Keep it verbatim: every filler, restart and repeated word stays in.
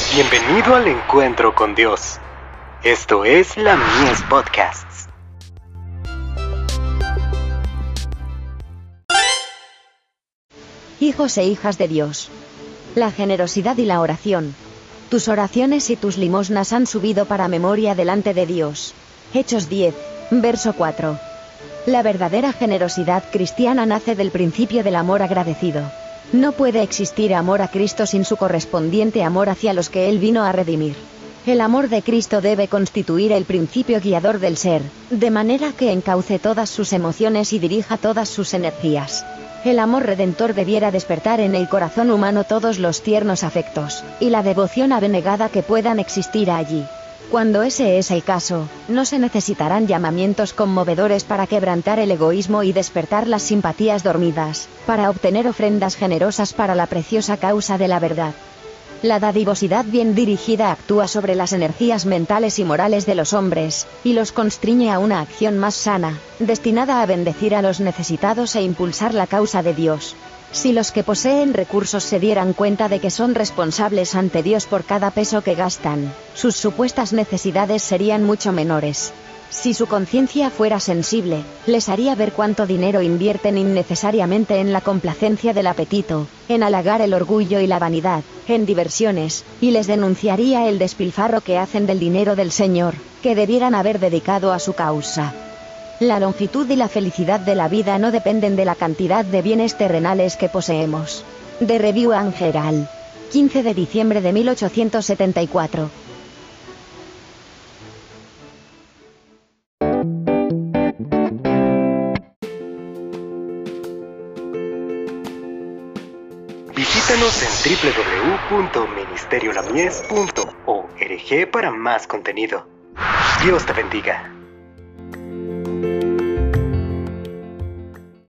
Bienvenido al encuentro con Dios. Esto es la Mies Podcasts. Hijos e hijas de Dios. La generosidad y la oración. Tus oraciones y tus limosnas han subido para memoria delante de Dios. Hechos diez, verso cuatro. La verdadera generosidad cristiana nace del principio del amor agradecido. No puede existir amor a Cristo sin su correspondiente amor hacia los que Él vino a redimir. El amor de Cristo debe constituir el principio guiador del ser, de manera que encauce todas sus emociones y dirija todas sus energías. El amor redentor debiera despertar en el corazón humano todos los tiernos afectos, y la devoción abnegada que puedan existir allí. Cuando ese es el caso, no se necesitarán llamamientos conmovedores para quebrantar el egoísmo y despertar las simpatías dormidas, para obtener ofrendas generosas para la preciosa causa de la verdad. La dadivosidad bien dirigida actúa sobre las energías mentales y morales de los hombres, y los constriñe a una acción más sana, destinada a bendecir a los necesitados e impulsar la causa de Dios. Si los que poseen recursos se dieran cuenta de que son responsables ante Dios por cada peso que gastan, sus supuestas necesidades serían mucho menores. Si su conciencia fuera sensible, les haría ver cuánto dinero invierten innecesariamente en la complacencia del apetito, en halagar el orgullo y la vanidad, en diversiones, y les denunciaría el despilfarro que hacen del dinero del Señor, que debieran haber dedicado a su causa. La longitud y la felicidad de la vida no dependen de la cantidad de bienes terrenales que poseemos. The Review and Herald. quince de diciembre de mil ochocientos setenta y cuatro. Visítanos en doble u doble u doble u punto ministerio la mies punto org para más contenido. Dios te bendiga.